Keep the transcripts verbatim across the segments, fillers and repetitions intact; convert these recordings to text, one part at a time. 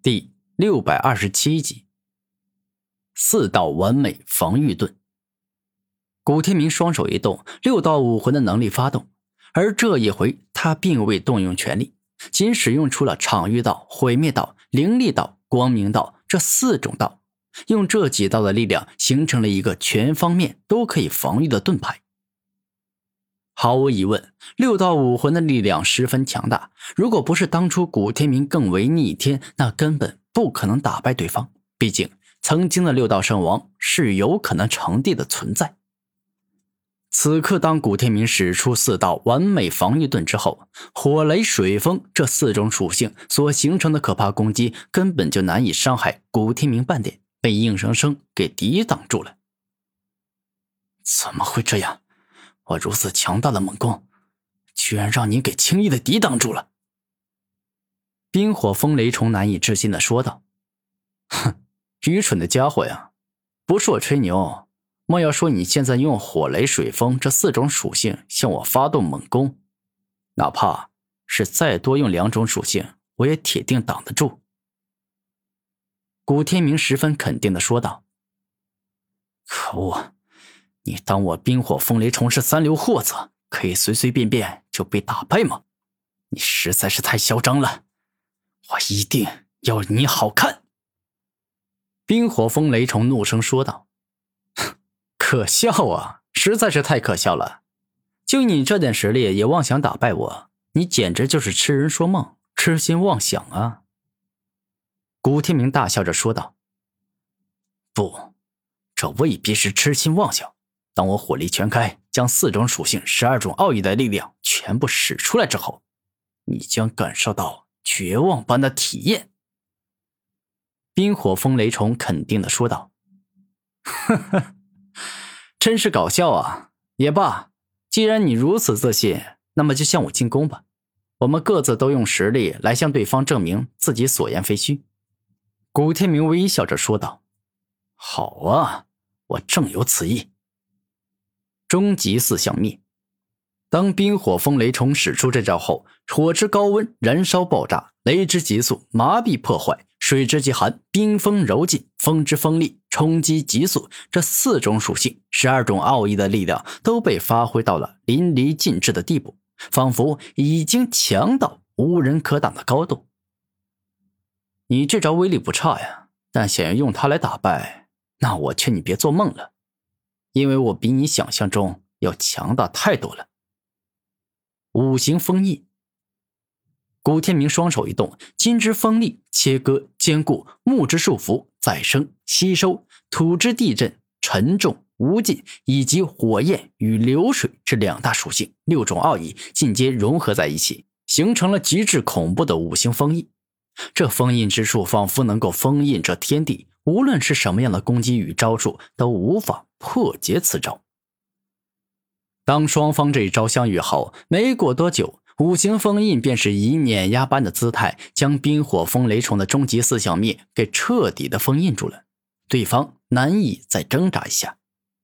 第六百二十七集，四道完美防御盾。古天明双手一动，六道武魂的能力发动，而这一回他并未动用全力，仅使用出了场域道、毁灭道、灵力道、光明道这四种道，用这几道的力量形成了一个全方面都可以防御的盾牌。毫无疑问，六道武魂的力量十分强大，如果不是当初古天明更为逆天，那根本不可能打败对方，毕竟曾经的六道圣王是有可能成帝的存在。此刻当古天明使出四道完美防御盾之后，火雷水风这四种属性所形成的可怕攻击根本就难以伤害古天明半点，被硬生生给抵挡住了。怎么会这样？我如此强大的猛攻，居然让你给轻易的抵挡住了。冰火风雷虫难以置信地说道。哼，愚蠢的家伙呀，不是我吹牛，莫要说你现在用火雷水风这四种属性向我发动猛攻，哪怕是再多用两种属性，我也铁定挡得住。古天明十分肯定地说道。可恶，你当我冰火风雷虫是三流货色，可以随随便便就被打败吗？你实在是太嚣张了，我一定要你好看！冰火风雷虫怒声说道。可笑啊，实在是太可笑了，就你这点实力也妄想打败我，你简直就是痴人说梦，痴心妄想啊！古天明大笑着说道。不，这未必是痴心妄想，当我火力全开，将四种属性、十二种奥义的力量全部使出来之后，你将感受到绝望般的体验。冰火风雷虫肯定地说道。呵呵，真是搞笑啊！也罢，既然你如此自信，那么就向我进攻吧。我们各自都用实力来向对方证明自己所言非虚。古天明微笑着说道。好啊，我正有此意。终极四象灭。当冰火风雷虫使出这招后，火之高温燃烧爆炸，雷之急速麻痹破坏，水之极寒冰封柔劲，风之锋利冲击急速，这四种属性、十二种奥义的力量都被发挥到了淋漓尽致的地步，仿佛已经强到无人可挡的高度。你这招威力不差呀，但想要用它来打败，那我劝你别做梦了，因为我比你想象中要强大太多了。五行封印。古天明双手一动，金之锋利、切割、坚固、木之束缚、再生、吸收、土之地震、沉重、无尽以及火焰与流水这两大属性、六种奥义进阶融合在一起，形成了极致恐怖的五行封印。这封印之术仿佛能够封印这天地，无论是什么样的攻击与招数都无法破解此招。当双方这一招相遇后，没过多久，五行封印便是以碾压般的姿态将冰火风雷虫的终极四象灭给彻底的封印住了，对方难以再挣扎一下。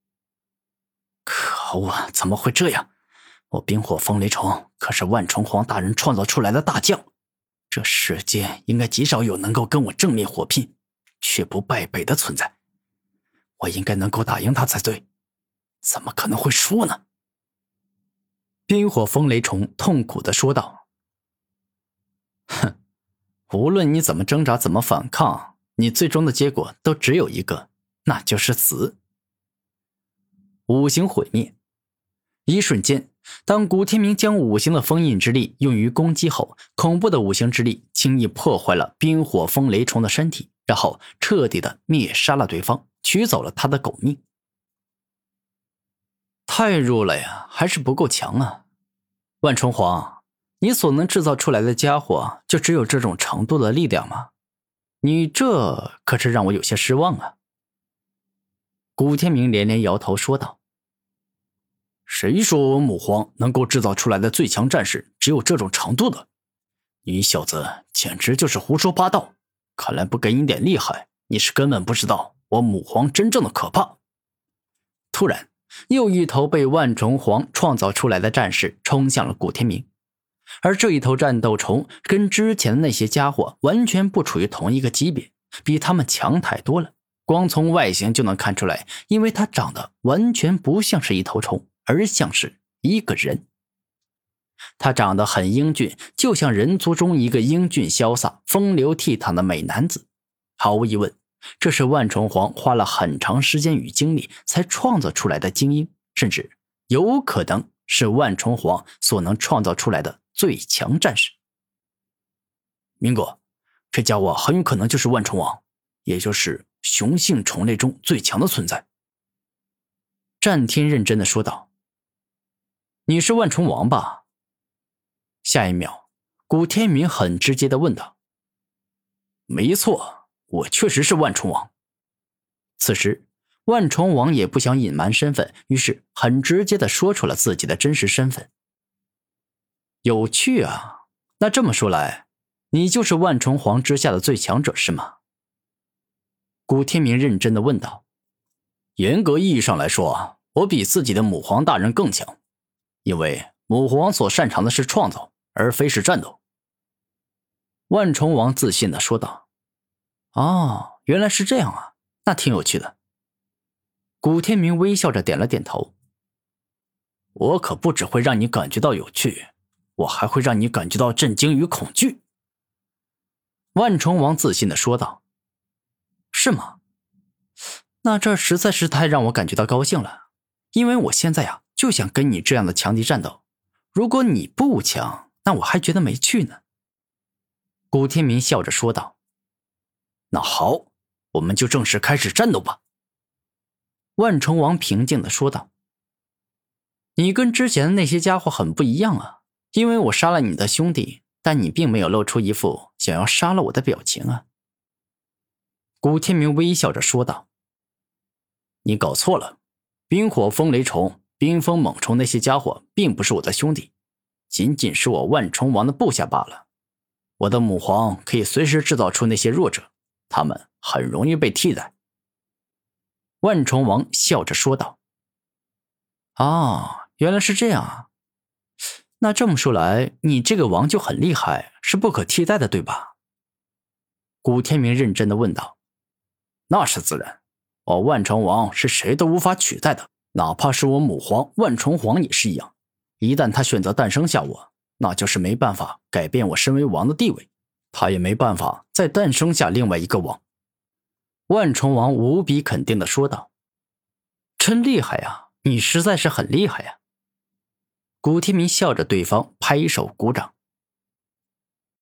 可恶，怎么会这样？我冰火风雷虫可是万重皇大人创造出来的大将，这世间应该极少有能够跟我正面火拼却不败北的存在，我应该能够打赢他才对，怎么可能会输呢？冰火风雷虫痛苦地说道。哼，无论你怎么挣扎，怎么反抗，你最终的结果都只有一个，那就是死。五行毁灭。一瞬间，当古天明将五行的封印之力用于攻击后，恐怖的五行之力轻易破坏了冰火风雷虫的身体，然后彻底的灭杀了对方，取走了他的狗命。太弱了呀，还是不够强啊。万重皇，你所能制造出来的家伙就只有这种程度的力量吗？你这可是让我有些失望啊。古天明连连摇头说道。谁说我母皇能够制造出来的最强战士只有这种程度的？你小子简直就是胡说八道，看来不给你点厉害，你是根本不知道我母皇真正的可怕。突然，又一头被万重皇创造出来的战士冲向了古天明。 而这一头战斗虫跟之前的那些家伙完全不处于同一个级别，比他们强太多了。光从外形就能看出来，因为它长得完全不像是一头虫，而像是一个人。他长得很英俊，就像人族中一个英俊潇洒、风流倜傥的美男子。毫无疑问，这是万重皇花了很长时间与精力才创造出来的精英，甚至有可能是万重皇所能创造出来的最强战士。明哥，这家伙很有可能就是万重王，也就是雄性虫类中最强的存在。战天认真地说道。你是万重王吧？下一秒，古天明很直接地问道。没错，我确实是万重王。此时万重王也不想隐瞒身份，于是很直接地说出了自己的真实身份。有趣啊，那这么说来，你就是万重皇之下的最强者是吗？古天明认真地问道。严格意义上来说，我比自己的母皇大人更强，因为母皇所擅长的是创造，而非是战斗。万重王自信地说道。哦，原来是这样啊，那挺有趣的。古天明微笑着点了点头。我可不只会让你感觉到有趣，我还会让你感觉到震惊与恐惧。万重王自信地说道。是吗？那这实在是太让我感觉到高兴了，因为我现在呀、啊、就想跟你这样的强敌战斗，如果你不强，那我还觉得没趣呢。古天明笑着说道。那好，我们就正式开始战斗吧。万重王平静地说道。你跟之前的那些家伙很不一样啊，因为我杀了你的兄弟，但你并没有露出一副想要杀了我的表情啊。古天明微笑着说道。你搞错了，冰火风雷虫、冰风猛虫那些家伙并不是我的兄弟，仅仅是我万重王的部下罢了。我的母皇可以随时制造出那些弱者，他们很容易被替代。万重王笑着说道。哦，原来是这样啊。那这么说来，你这个王就很厉害，是不可替代的，对吧？古天明认真地问道。那是自然，我万重王是谁都无法取代的，哪怕是我母皇万重皇也是一样。一旦他选择诞生下我，那就是没办法改变我身为王的地位，他也没办法再诞生下另外一个王。万重王无比肯定地说道。真厉害呀，你实在是很厉害呀。古天明笑着对方拍手鼓掌。